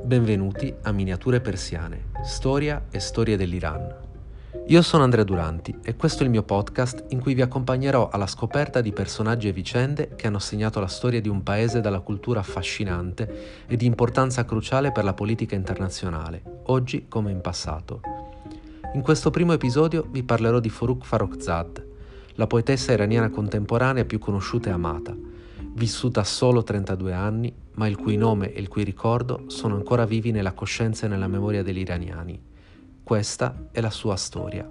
Benvenuti a Miniature Persiane, storia e storie dell'Iran. Io sono Andrea Duranti e questo è il mio podcast in cui vi accompagnerò alla scoperta di personaggi e vicende che hanno segnato la storia di un paese dalla cultura affascinante e di importanza cruciale per la politica internazionale, oggi come in passato. In questo primo episodio vi parlerò di Forugh Farrokhzad, la poetessa iraniana contemporanea più conosciuta e amata, vissuta solo 32 anni, ma il cui nome e il cui ricordo sono ancora vivi nella coscienza e nella memoria degli iraniani. Questa è la sua storia.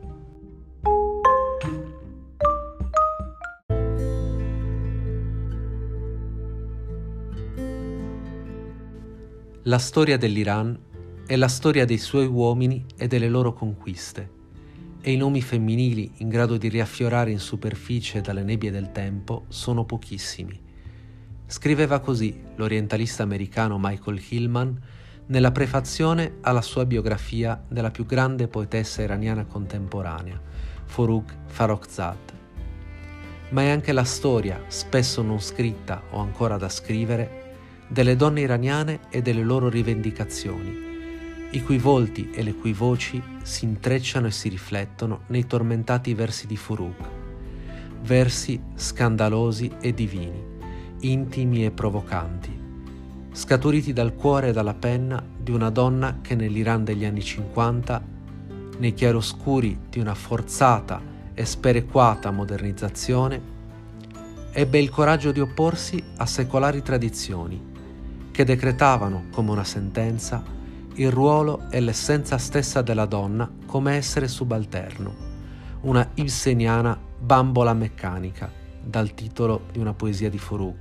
La storia dell'Iran è la storia dei suoi uomini e delle loro conquiste, e i nomi femminili in grado di riaffiorare in superficie dalle nebbie del tempo sono pochissimi. Scriveva così l'orientalista americano Michael Hillman nella prefazione alla sua biografia della più grande poetessa iraniana contemporanea, Forugh Farrokhzad. Ma è anche la storia, spesso non scritta o ancora da scrivere, delle donne iraniane e delle loro rivendicazioni, i cui volti e le cui voci si intrecciano e si riflettono nei tormentati versi di Forugh, versi scandalosi e divini, intimi e provocanti, scaturiti dal cuore e dalla penna di una donna che nell'Iran degli anni 50, nei chiaroscuri di una forzata e sperequata modernizzazione, ebbe il coraggio di opporsi a secolari tradizioni che decretavano come una sentenza il ruolo e l'essenza stessa della donna come essere subalterno, una ibseniana bambola meccanica, dal titolo di una poesia di Forugh.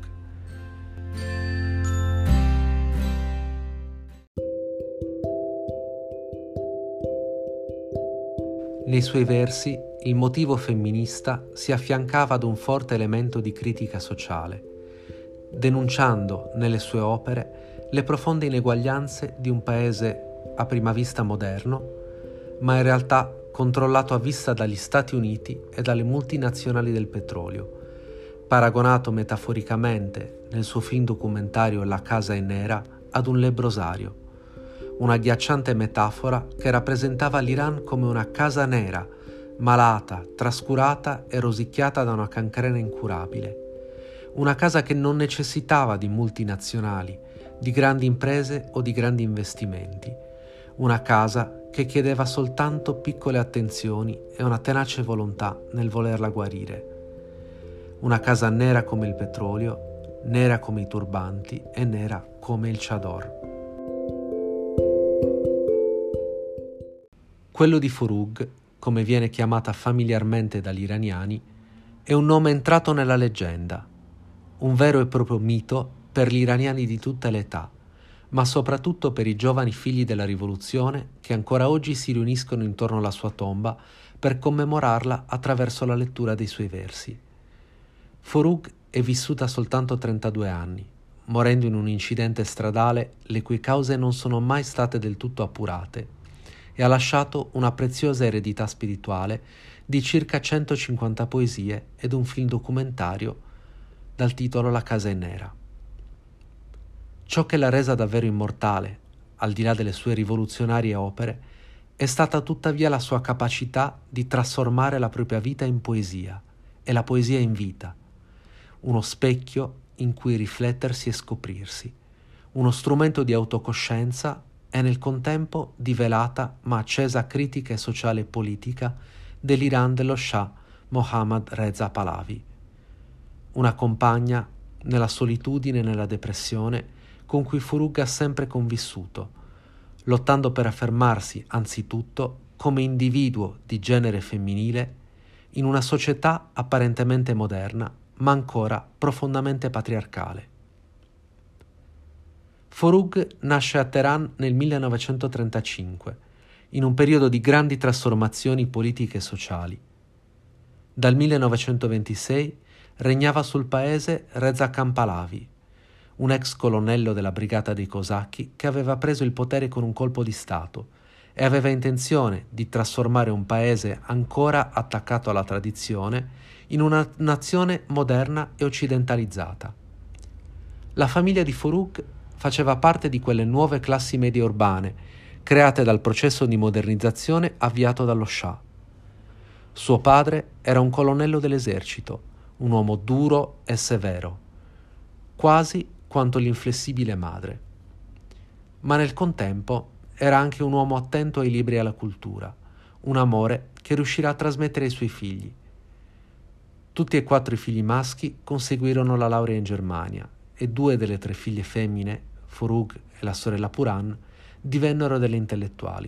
Nei suoi versi il motivo femminista si affiancava ad un forte elemento di critica sociale, denunciando nelle sue opere le profonde ineguaglianze di un paese a prima vista moderno, ma in realtà controllato a vista dagli Stati Uniti e dalle multinazionali del petrolio, paragonato metaforicamente nel suo film documentario La casa è nera ad un lebbrosario, una agghiacciante metafora che rappresentava l'Iran come una casa nera, malata, trascurata e rosicchiata da una cancrena incurabile. Una casa che non necessitava di multinazionali, di grandi imprese o di grandi investimenti. Una casa che chiedeva soltanto piccole attenzioni e una tenace volontà nel volerla guarire. Una casa nera come il petrolio, nera come i turbanti e nera come il chador. Quello di Forugh, come viene chiamata familiarmente dagli iraniani, è un nome entrato nella leggenda, un vero e proprio mito per gli iraniani di tutte le età, ma soprattutto per i giovani figli della rivoluzione che ancora oggi si riuniscono intorno alla sua tomba per commemorarla attraverso la lettura dei suoi versi. Forugh è vissuta soltanto 32 anni, morendo in un incidente stradale le cui cause non sono mai state del tutto appurate, e ha lasciato una preziosa eredità spirituale di circa 150 poesie ed un film documentario dal titolo La casa è nera. Ciò che l'ha resa davvero immortale, al di là delle sue rivoluzionarie opere, è stata tuttavia la sua capacità di trasformare la propria vita in poesia e la poesia in vita, uno specchio in cui riflettersi e scoprirsi, uno strumento di autocoscienza e nel contempo di velata ma accesa critica sociale e politica dell'Iran dello Shah Mohammad Reza Pahlavi. Una compagna nella solitudine e nella depressione con cui Forugh ha sempre convissuto, lottando per affermarsi anzitutto come individuo di genere femminile in una società apparentemente moderna ma ancora profondamente patriarcale. Forugh nasce a Teheran nel 1935, in un periodo di grandi trasformazioni politiche e sociali. Dal 1926 regnava sul paese Reza Khan Pahlavi, un ex colonnello della brigata dei cosacchi che aveva preso il potere con un colpo di Stato e aveva intenzione di trasformare un paese ancora attaccato alla tradizione in una nazione moderna e occidentalizzata. La famiglia di Forugh faceva parte di quelle nuove classi medie urbane create dal processo di modernizzazione avviato dallo Shah. Suo padre era un colonnello dell'esercito, un uomo duro e severo, quasi quanto l'inflessibile madre. Ma nel contempo era anche un uomo attento ai libri e alla cultura, un amore che riuscirà a trasmettere ai suoi figli. Tutti e 4 i figli maschi conseguirono la laurea in Germania e 2 delle 3 figlie femmine, Forough e la sorella Puran, divennero delle intellettuali.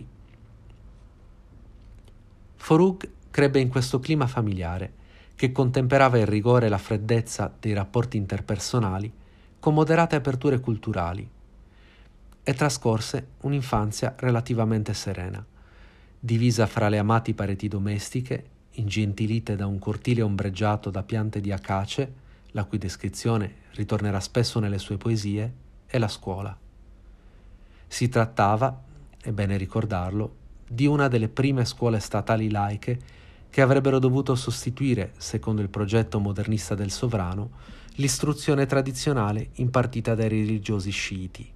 Forough crebbe in questo clima familiare che contemperava il rigore e la freddezza dei rapporti interpersonali con moderate aperture culturali e trascorse un'infanzia relativamente serena, divisa fra le amati pareti domestiche, ingentilite da un cortile ombreggiato da piante di acace, la cui descrizione ritornerà spesso nelle sue poesie, e la scuola. Si trattava, è bene ricordarlo, di una delle prime scuole statali laiche che avrebbero dovuto sostituire, secondo il progetto modernista del sovrano, l'istruzione tradizionale impartita dai religiosi sciiti.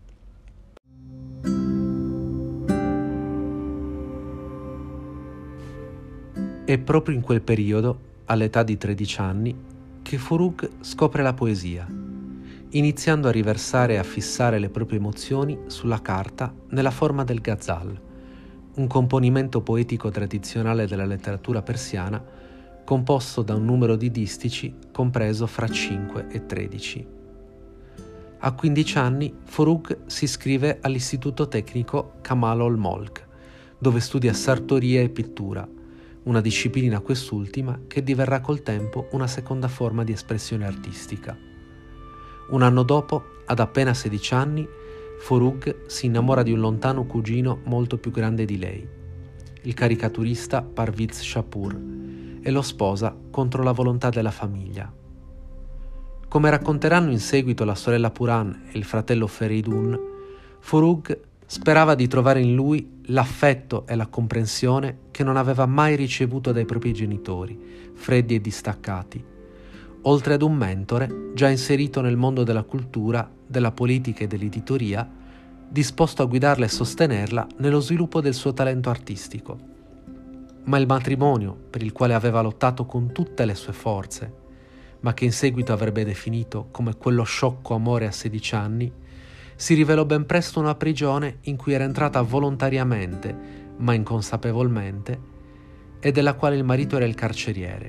È proprio in quel periodo, all'età di 13 anni, che Forough scopre la poesia, iniziando a riversare e a fissare le proprie emozioni sulla carta nella forma del ghazal, un componimento poetico tradizionale della letteratura persiana composto da un numero di distici compreso fra 5 e 13. A 15 anni Forough si iscrive all'Istituto Tecnico Kamal ol-Molk, dove studia sartoria e pittura, una disciplina quest'ultima che diverrà col tempo una seconda forma di espressione artistica. Un anno dopo, ad appena 16 anni, Forough si innamora di un lontano cugino molto più grande di lei, il caricaturista Parviz Shapur, e lo sposa contro la volontà della famiglia. Come racconteranno in seguito la sorella Puran e il fratello Feridun, Forough sperava di trovare in lui l'affetto e la comprensione che non aveva mai ricevuto dai propri genitori, freddi e distaccati, oltre ad un mentore già inserito nel mondo della cultura, della politica e dell'editoria, disposto a guidarla e sostenerla nello sviluppo del suo talento artistico. Ma il matrimonio, per il quale aveva lottato con tutte le sue forze, ma che in seguito avrebbe definito come quello sciocco amore a 16 anni, si rivelò ben presto una prigione in cui era entrata volontariamente, ma inconsapevolmente, e della quale il marito era il carceriere.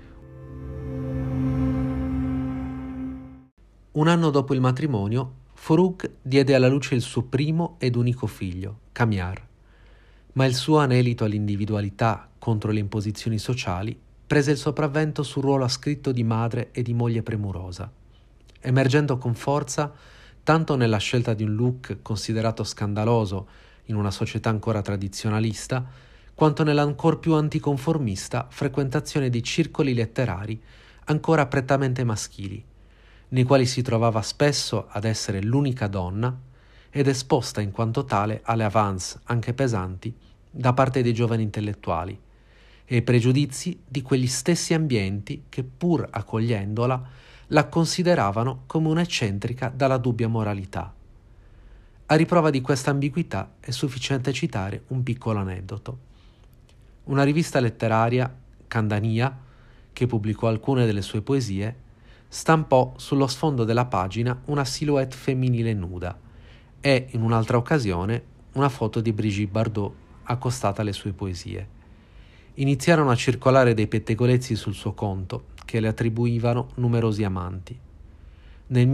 Un anno dopo il matrimonio, Forough diede alla luce il suo primo ed unico figlio, Kamiar, ma il suo anelito all'individualità contro le imposizioni sociali prese il sopravvento sul ruolo ascritto di madre e di moglie premurosa, emergendo con forza tanto nella scelta di un look considerato scandaloso in una società ancora tradizionalista, quanto nell'ancor più anticonformista frequentazione di circoli letterari ancora prettamente maschili, nei quali si trovava spesso ad essere l'unica donna ed esposta in quanto tale alle avance, anche pesanti, da parte dei giovani intellettuali e ai pregiudizi di quegli stessi ambienti che, pur accogliendola, la consideravano come un'eccentrica dalla dubbia moralità. A riprova di questa ambiguità è sufficiente citare un piccolo aneddoto. Una rivista letteraria, Kandania, che pubblicò alcune delle sue poesie, stampò sullo sfondo della pagina una silhouette femminile nuda e, in un'altra occasione, una foto di Brigitte Bardot accostata alle sue poesie. Iniziarono a circolare dei pettegolezzi sul suo conto che le attribuivano numerosi amanti. Nel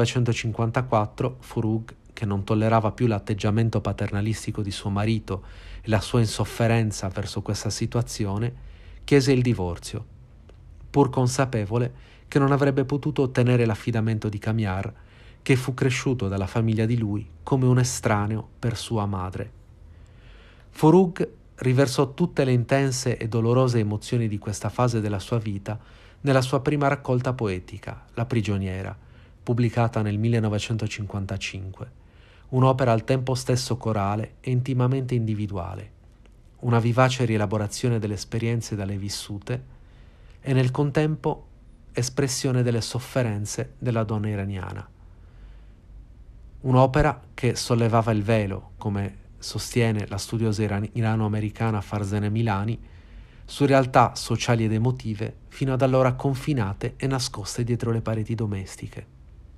1954 Forough, che non tollerava più l'atteggiamento paternalistico di suo marito e la sua insofferenza verso questa situazione, chiese il divorzio, pur consapevole che non avrebbe potuto ottenere l'affidamento di Kamiar, che fu cresciuto dalla famiglia di lui come un estraneo per sua madre. Forough riversò tutte le intense e dolorose emozioni di questa fase della sua vita nella sua prima raccolta poetica, La prigioniera, pubblicata nel 1955, un'opera al tempo stesso corale e intimamente individuale, una vivace rielaborazione delle esperienze da lei vissute e nel contempo espressione delle sofferenze della donna iraniana. un'opera che sollevava il velo, come sostiene la studiosa irano-americana Farzaneh Milani, su realtà sociali ed emotive fino ad allora confinate e nascoste dietro le pareti domestiche.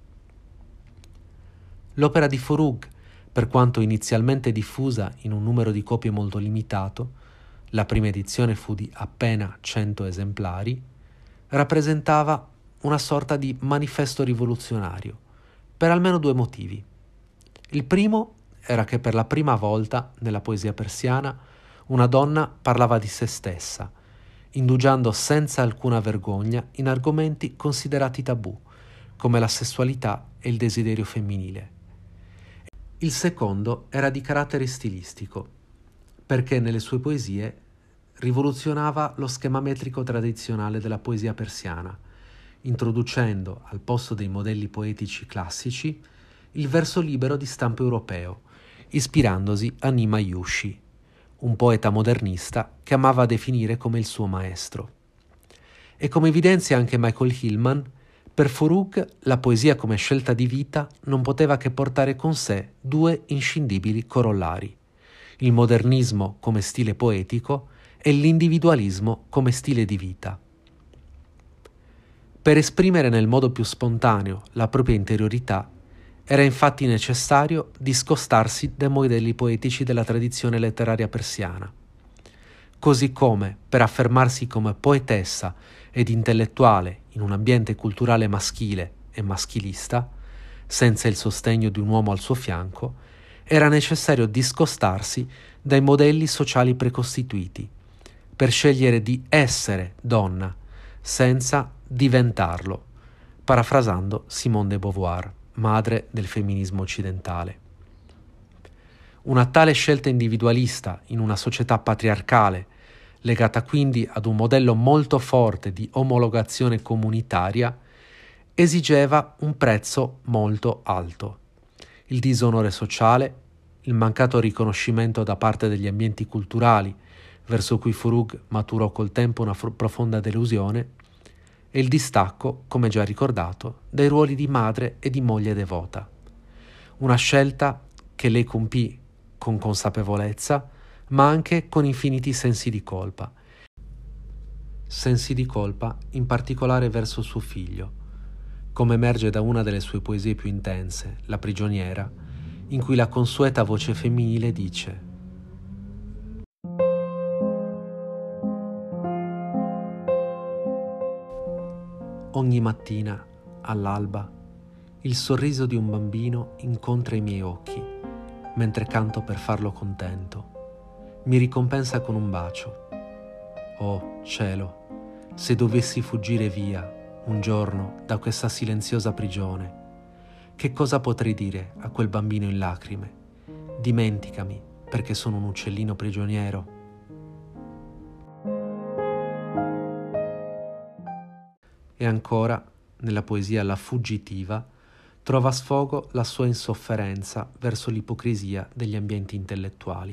L'opera di Forough, per quanto inizialmente diffusa in un numero di copie molto limitato, la prima edizione fu di appena 100 esemplari, rappresentava una sorta di manifesto rivoluzionario, per almeno due motivi. Il primo era che per la prima volta nella poesia persiana una donna parlava di se stessa, indugiando senza alcuna vergogna in argomenti considerati tabù, come la sessualità e il desiderio femminile. Il secondo era di carattere stilistico, perché nelle sue poesie rivoluzionava lo schema metrico tradizionale della poesia persiana, introducendo al posto dei modelli poetici classici il verso libero di stampo europeo, ispirandosi a Nima Yushi, un poeta modernista che amava definire come il suo maestro. E come evidenzia anche Michael Hillman, per Forough la poesia come scelta di vita non poteva che portare con sé due inscindibili corollari: il modernismo come stile poetico e l'individualismo come stile di vita. Per esprimere nel modo più spontaneo la propria interiorità era infatti necessario discostarsi dai modelli poetici della tradizione letteraria persiana, così come per affermarsi come poetessa ed intellettuale in un ambiente culturale maschile e maschilista, senza il sostegno di un uomo al suo fianco, era necessario discostarsi dai modelli sociali precostituiti, per scegliere di essere donna, senza diventarlo, parafrasando Simone de Beauvoir, madre del femminismo occidentale. Una tale scelta individualista in una società patriarcale, legata quindi ad un modello molto forte di omologazione comunitaria, esigeva un prezzo molto alto: il disonore sociale, il mancato riconoscimento da parte degli ambienti culturali, verso cui Forough maturò col tempo una profonda delusione, e il distacco, come già ricordato, dai ruoli di madre e di moglie devota. Una scelta che lei compì con consapevolezza, ma anche con infiniti sensi di colpa. Sensi di colpa in particolare verso suo figlio, come emerge da una delle sue poesie più intense, La prigioniera, in cui la consueta voce femminile dice: ogni mattina, all'alba, il sorriso di un bambino incontra i miei occhi, mentre canto per farlo contento. Mi ricompensa con un bacio. Oh, cielo, se dovessi fuggire via un giorno da questa silenziosa prigione, che cosa potrei dire a quel bambino in lacrime? Dimenticami, perché sono un uccellino prigioniero. E ancora, nella poesia La fuggitiva, trova sfogo la sua insofferenza verso l'ipocrisia degli ambienti intellettuali.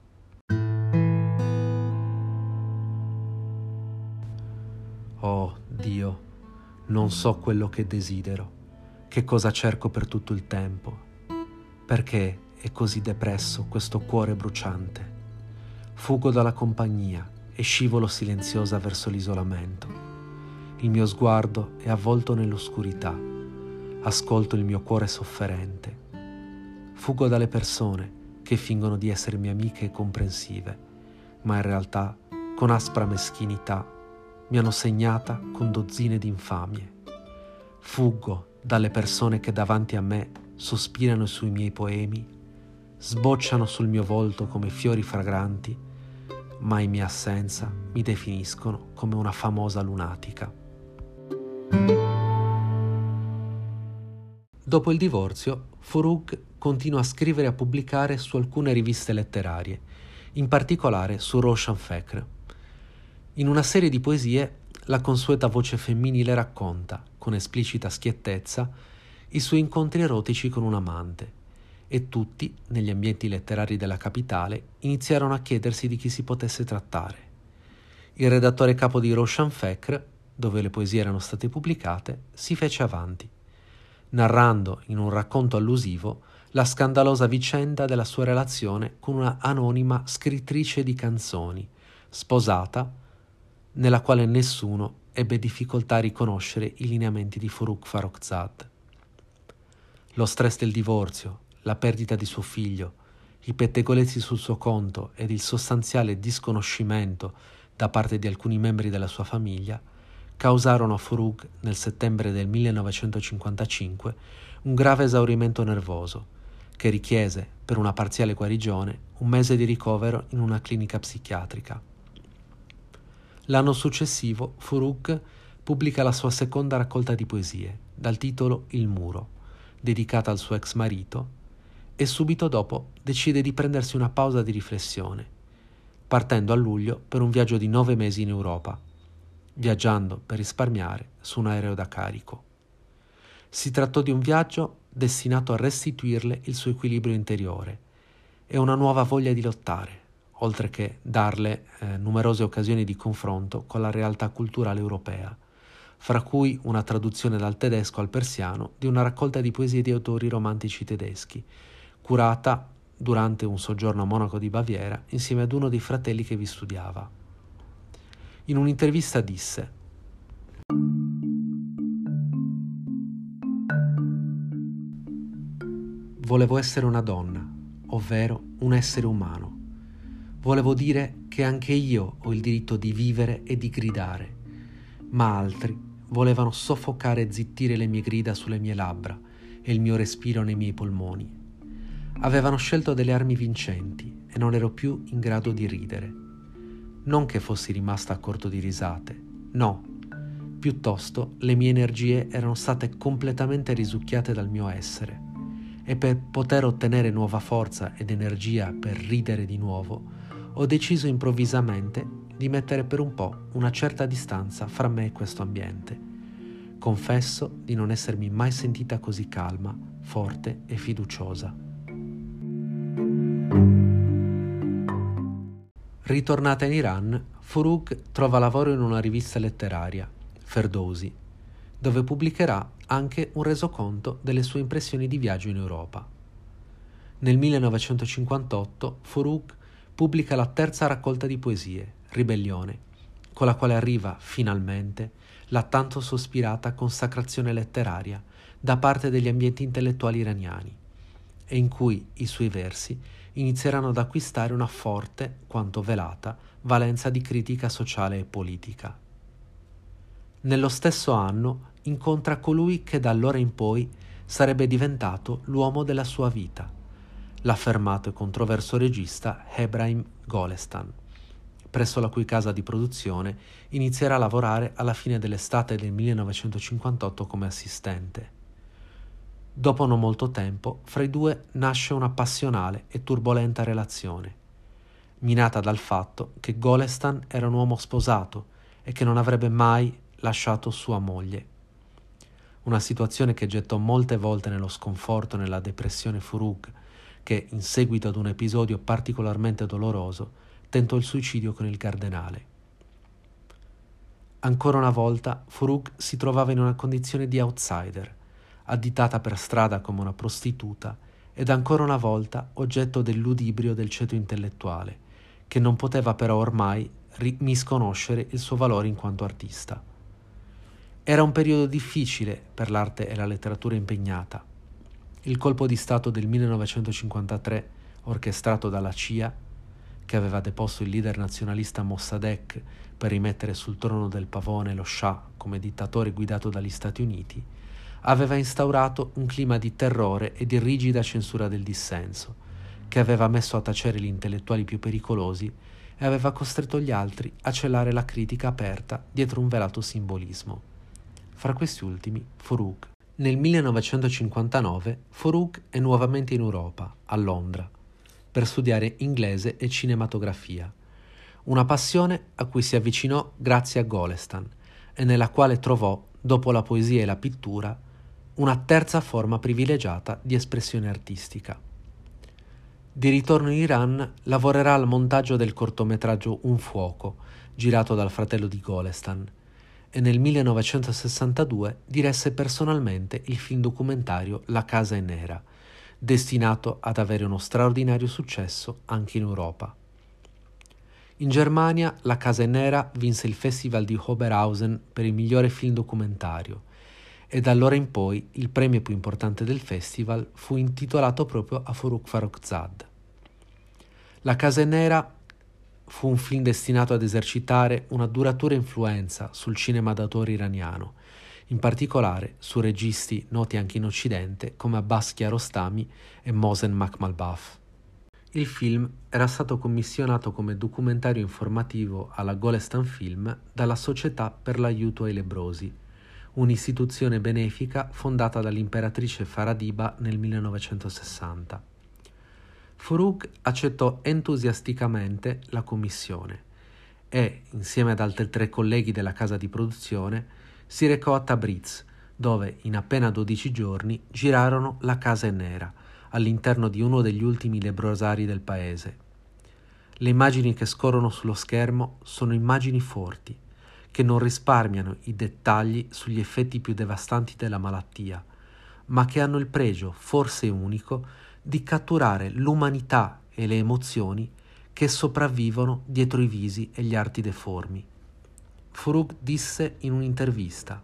Oh Dio, non so quello che desidero, che cosa cerco per tutto il tempo. Perché è così depresso questo cuore bruciante? Fugo dalla compagnia e scivolo silenziosa verso l'isolamento. Il mio sguardo è avvolto nell'oscurità, ascolto il mio cuore sofferente. Fuggo dalle persone che fingono di essermi amiche e comprensive, ma in realtà, con aspra meschinità, mi hanno segnata con dozzine di infamie. Fuggo dalle persone che davanti a me sospirano sui miei poemi, sbocciano sul mio volto come fiori fragranti, ma in mia assenza mi definiscono come una famosa lunatica. Dopo il divorzio, Forough continua a scrivere e a pubblicare su alcune riviste letterarie, in particolare su Roshan Fakhr. In una serie di poesie, la consueta voce femminile racconta, con esplicita schiettezza, i suoi incontri erotici con un amante, e tutti, negli ambienti letterari della capitale, iniziarono a chiedersi di chi si potesse trattare. Il redattore capo di Roshan Fakhr, dove le poesie erano state pubblicate, si fece avanti, narrando in un racconto allusivo la scandalosa vicenda della sua relazione con una anonima scrittrice di canzoni, sposata, nella quale nessuno ebbe difficoltà a riconoscere i lineamenti di Forough Farrokhzad. Lo stress del divorzio, la perdita di suo figlio, i pettegolezzi sul suo conto ed il sostanziale disconoscimento da parte di alcuni membri della sua famiglia causarono a Forough nel settembre del 1955 un grave esaurimento nervoso che richiese, per una parziale guarigione, un mese di ricovero in una clinica psichiatrica. L'anno successivo Forough pubblica la sua seconda raccolta di poesie, dal titolo Il muro, dedicata al suo ex marito, e subito dopo decide di prendersi una pausa di riflessione, partendo a luglio per un viaggio di 9 mesi in Europa, viaggiando per risparmiare su un aereo da carico. Si trattò di un viaggio destinato a restituirle il suo equilibrio interiore e una nuova voglia di lottare, oltre che darle numerose occasioni di confronto con la realtà culturale europea, fra cui una traduzione dal tedesco al persiano di una raccolta di poesie di autori romantici tedeschi, curata durante un soggiorno a Monaco di Baviera insieme ad uno dei fratelli che vi studiava. In un'intervista disse: «Volevo essere una donna, ovvero un essere umano. Volevo dire che anche io ho il diritto di vivere e di gridare, ma altri volevano soffocare e zittire le mie grida sulle mie labbra e il mio respiro nei miei polmoni. Avevano scelto delle armi vincenti e non ero più in grado di ridere. Non che fossi rimasta a corto di risate, no, piuttosto le mie energie erano state completamente risucchiate dal mio essere e per poter ottenere nuova forza ed energia per ridere di nuovo, ho deciso improvvisamente di mettere per un po' una certa distanza fra me e questo ambiente. Confesso di non essermi mai sentita così calma, forte e fiduciosa». Ritornata in Iran, Forough trova lavoro in una rivista letteraria, Ferdowsi, dove pubblicherà anche un resoconto delle sue impressioni di viaggio in Europa. Nel 1958 Forough pubblica la terza raccolta di poesie, Ribellione, con la quale arriva finalmente la tanto sospirata consacrazione letteraria da parte degli ambienti intellettuali iraniani, e in cui i suoi versi inizieranno ad acquistare una forte, quanto velata, valenza di critica sociale e politica. Nello stesso anno incontra colui che da allora in poi sarebbe diventato l'uomo della sua vita, l'affermato e controverso regista Ebrahim Golestan, presso la cui casa di produzione inizierà a lavorare alla fine dell'estate del 1958 come assistente. Dopo non molto tempo, fra i due nasce una passionale e turbolenta relazione, minata dal fatto che Golestan era un uomo sposato e che non avrebbe mai lasciato sua moglie. Una situazione che gettò molte volte nello sconforto e nella depressione Forough, che, in seguito ad un episodio particolarmente doloroso, tentò il suicidio con il cardenale. Ancora una volta Forough si trovava in una condizione di outsider, additata per strada come una prostituta ed ancora una volta oggetto del ludibrio del ceto intellettuale, che non poteva però ormai misconoscere il suo valore in quanto artista. Era un periodo difficile per l'arte e la letteratura impegnata. Il colpo di Stato del 1953, orchestrato dalla CIA, che aveva deposto il leader nazionalista Mossadegh per rimettere sul trono del pavone lo Shah come dittatore guidato dagli Stati Uniti, aveva instaurato un clima di terrore e di rigida censura del dissenso, che aveva messo a tacere gli intellettuali più pericolosi e aveva costretto gli altri a celare la critica aperta dietro un velato simbolismo. Fra questi ultimi, Forough. Nel 1959 Forough è nuovamente in Europa, a Londra, per studiare inglese e cinematografia, una passione a cui si avvicinò grazie a Golestan e nella quale trovò, dopo la poesia e la pittura, una terza forma privilegiata di espressione artistica. Di ritorno in Iran lavorerà al montaggio del cortometraggio Un fuoco, girato dal fratello di Golestan, e nel 1962 diresse personalmente il film documentario La casa è nera, destinato ad avere uno straordinario successo anche in Europa. In Germania La Casa è Nera vinse il Festival di Oberhausen per il migliore film documentario e da allora in poi il premio più importante del festival fu intitolato proprio a Farooq Farrokhzad. La Casa è Nera fu un film destinato ad esercitare una duratura influenza sul cinema d'autore iraniano, in particolare su registi noti anche in Occidente come Abbas Kiarostami e Mohsen Makhmalbaf. Il film era stato commissionato come documentario informativo alla Golestan Film dalla Società per l'aiuto ai lebbrosi, un'istituzione benefica fondata dall'imperatrice Faradiba nel 1960. Farooq accettò entusiasticamente la commissione e, insieme ad altri 3 colleghi della casa di produzione, si recò a Tabriz, dove in appena 12 giorni girarono La Casa è Nera, all'interno di uno degli ultimi lebrosari del paese. Le immagini che scorrono sullo schermo sono immagini forti, che non risparmiano i dettagli sugli effetti più devastanti della malattia, ma che hanno il pregio, forse unico, di catturare l'umanità e le emozioni che sopravvivono dietro i visi e gli arti deformi. Farooq disse in un'intervista: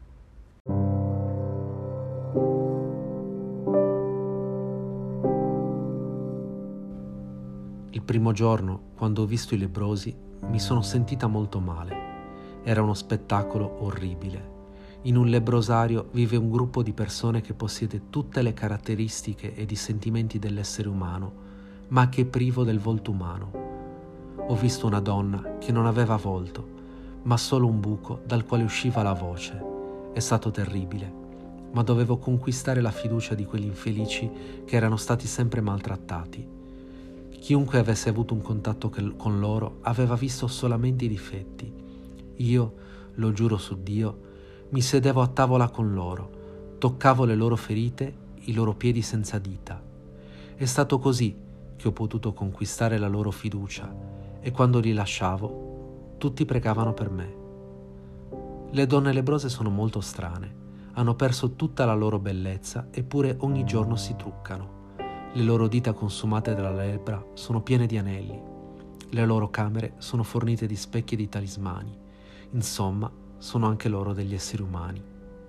il primo giorno, quando ho visto i lebbrosi, mi sono sentita molto male. Era uno spettacolo orribile. In un lebbrosario vive un gruppo di persone che possiede tutte le caratteristiche ed i sentimenti dell'essere umano, ma che è privo del volto umano. Ho visto una donna che non aveva volto, ma solo un buco dal quale usciva la voce. È stato terribile, ma dovevo conquistare la fiducia di quegli infelici che erano stati sempre maltrattati. Chiunque avesse avuto un contatto con loro aveva visto solamente i difetti. Io, lo giuro su Dio, mi sedevo a tavola con loro, toccavo le loro ferite, i loro piedi senza dita. È stato così che ho potuto conquistare la loro fiducia e quando li lasciavo, tutti pregavano per me. Le donne lebrose sono molto strane, hanno perso tutta la loro bellezza eppure ogni giorno si truccano. Le loro dita consumate dalla lebbra sono piene di anelli. Le loro camere sono fornite di specchi e di talismani. Insomma, sono anche loro degli esseri umani.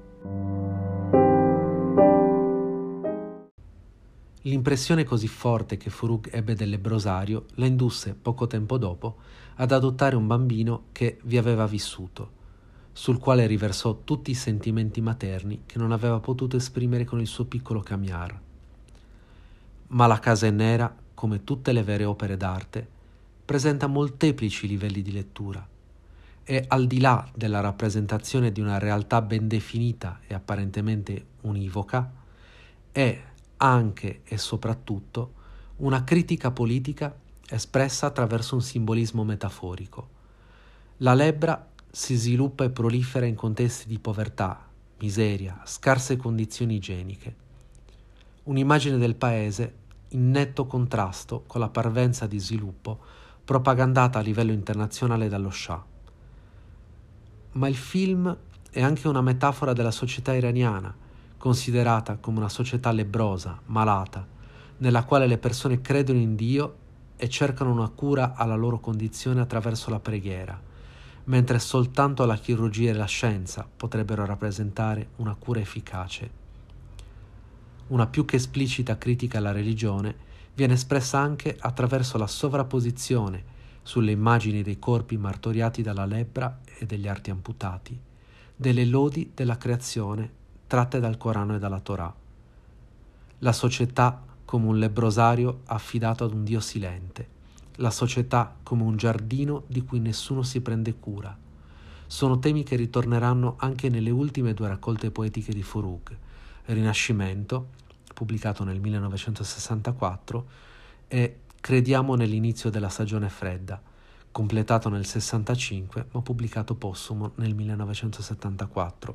L'impressione così forte che Farooq ebbe del lebbrosario la indusse, poco tempo dopo, ad adottare un bambino che vi aveva vissuto, sul quale riversò tutti i sentimenti materni che non aveva potuto esprimere con il suo piccolo Kamiar. Ma La Casa è Nera, come tutte le vere opere d'arte, presenta molteplici livelli di lettura e al di là della rappresentazione di una realtà ben definita e apparentemente univoca, è anche e soprattutto una critica politica espressa attraverso un simbolismo metaforico. La lebbra si sviluppa e prolifera in contesti di povertà, miseria, scarse condizioni igieniche. Un'immagine del paese in netto contrasto con la parvenza di sviluppo propagandata a livello internazionale dallo Shah. Ma il film è anche una metafora della società iraniana, considerata come una società lebbrosa, malata, nella quale le persone credono in Dio e cercano una cura alla loro condizione attraverso la preghiera, mentre soltanto la chirurgia e la scienza potrebbero rappresentare una cura efficace. Una più che esplicita critica alla religione viene espressa anche attraverso la sovrapposizione sulle immagini dei corpi martoriati dalla lebbra e degli arti amputati, delle lodi della creazione tratte dal Corano e dalla Torah. La società come un lebbrosario affidato ad un Dio silente, la società come un giardino di cui nessuno si prende cura. Sono temi che ritorneranno anche nelle ultime 2 raccolte poetiche di Farooq, Rinascimento, pubblicato nel 1964, e Crediamo nell'inizio della stagione fredda, completato nel 65 ma pubblicato postumo nel 1974.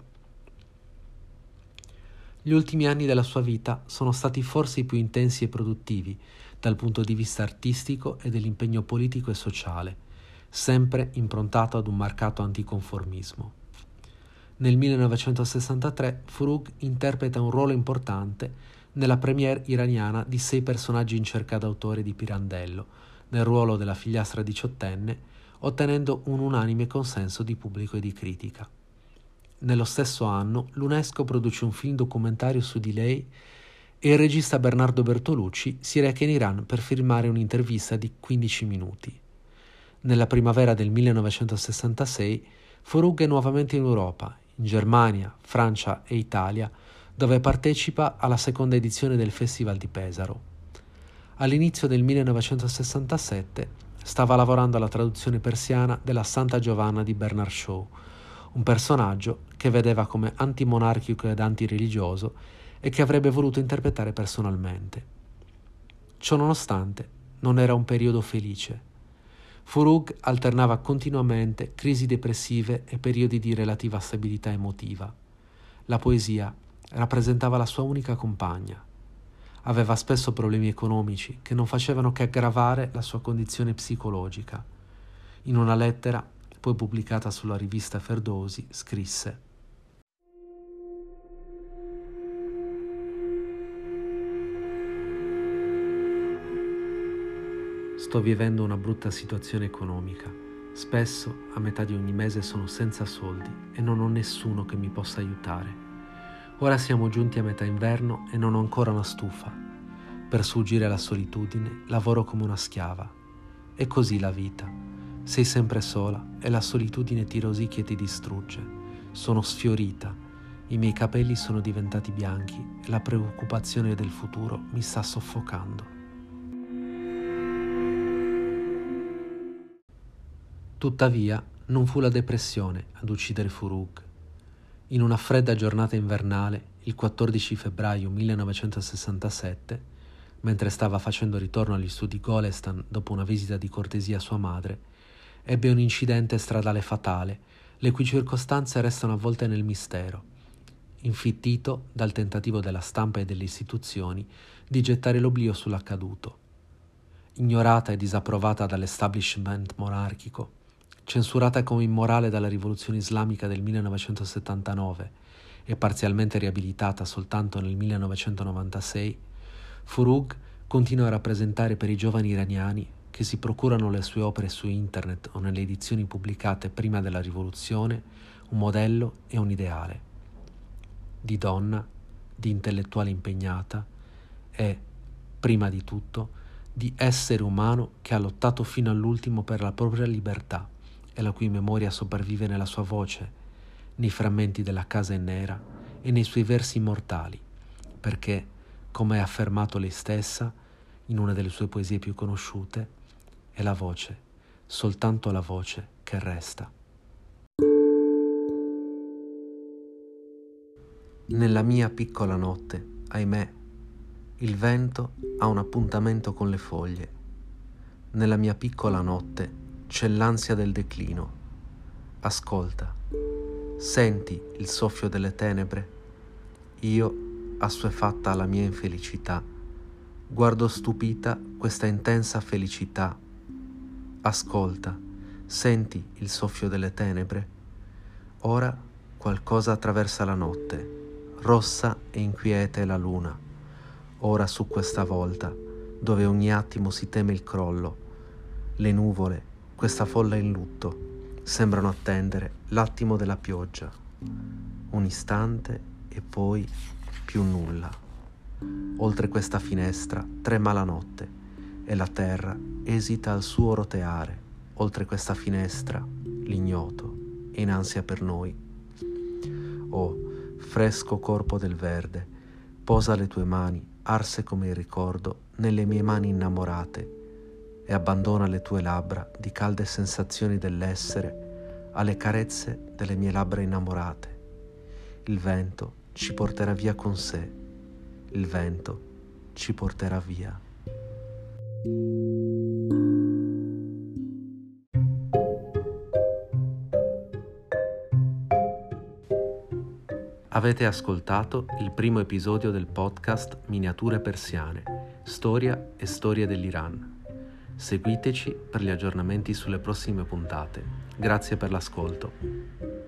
Gli ultimi anni della sua vita sono stati forse i più intensi e produttivi dal punto di vista artistico e dell'impegno politico e sociale, sempre improntato ad un marcato anticonformismo. Nel 1963 Forough interpreta un ruolo importante nella premiere iraniana di 6 personaggi in cerca d'autore di Pirandello, nel ruolo della figliastra diciottenne, ottenendo un unanime consenso di pubblico e di critica. Nello stesso anno l'UNESCO produce un film documentario su di lei e il regista Bernardo Bertolucci si reca in Iran per filmare un'intervista di 15 minuti. Nella primavera del 1966 Forough è nuovamente in Europa, in Germania, Francia e Italia, dove partecipa alla seconda edizione del Festival di Pesaro. All'inizio del 1967 stava lavorando alla traduzione persiana della Santa Giovanna di Bernard Shaw, un personaggio che vedeva come antimonarchico ed antireligioso e che avrebbe voluto interpretare personalmente. Ciononostante, non era un periodo felice. Forough alternava continuamente crisi depressive e periodi di relativa stabilità emotiva. La poesia rappresentava la sua unica compagna. Aveva spesso problemi economici che non facevano che aggravare la sua condizione psicologica. In una lettera, poi pubblicata sulla rivista Ferdowsi, scrisse: «Sto vivendo una brutta situazione economica. Spesso, a metà di ogni mese, sono senza soldi e non ho nessuno che mi possa aiutare. Ora siamo giunti a metà inverno e non ho ancora una stufa. Per sfuggire alla solitudine lavoro come una schiava. È così la vita. Sei sempre sola e la solitudine ti rosicchia e ti distrugge. Sono sfiorita. I miei capelli sono diventati bianchi e la preoccupazione del futuro mi sta soffocando». Tuttavia, non fu la depressione ad uccidere Forough. In una fredda giornata invernale, il 14 febbraio 1967, mentre stava facendo ritorno agli studi Golestan dopo una visita di cortesia a sua madre, ebbe un incidente stradale fatale, le cui circostanze restano avvolte nel mistero, infittito dal tentativo della stampa e delle istituzioni di gettare l'oblio sull'accaduto. Ignorata e disapprovata dall'establishment monarchico, censurata come immorale dalla rivoluzione islamica del 1979 e parzialmente riabilitata soltanto nel 1996, Forough continua a rappresentare per i giovani iraniani che si procurano le sue opere su internet o nelle edizioni pubblicate prima della rivoluzione un modello e un ideale di donna, di intellettuale impegnata e, prima di tutto, di essere umano che ha lottato fino all'ultimo per la propria libertà e la cui memoria sopravvive nella sua voce, nei frammenti della Casa in Nera e nei suoi versi immortali, perché, come ha affermato lei stessa in una delle sue poesie più conosciute, è la voce, soltanto la voce che resta. Nella mia piccola notte, ahimè, il vento ha un appuntamento con le foglie. Nella mia piccola notte c'è l'ansia del declino. Ascolta, senti il soffio delle tenebre? Io, assuefatta alla mia infelicità, guardo stupita questa intensa felicità. Ascolta, senti il soffio delle tenebre? Ora qualcosa attraversa la notte, rossa e inquieta è la luna. Ora su questa volta, dove ogni attimo si teme il crollo, le nuvole, questa folla in lutto, sembrano attendere l'attimo della pioggia. Un istante e poi più nulla. Oltre questa finestra trema la notte e la terra esita al suo roteare. Oltre questa finestra l'ignoto è in ansia per noi. Oh, fresco corpo del verde, posa le tue mani, arse come il ricordo, nelle mie mani innamorate e abbandona le tue labbra di calde sensazioni dell'essere alle carezze delle mie labbra innamorate. Il vento ci porterà via con sé, il vento ci porterà via. Avete ascoltato il primo episodio del podcast Miniature persiane, storia e storie dell'Iran. Seguiteci per gli aggiornamenti sulle prossime puntate. Grazie per l'ascolto.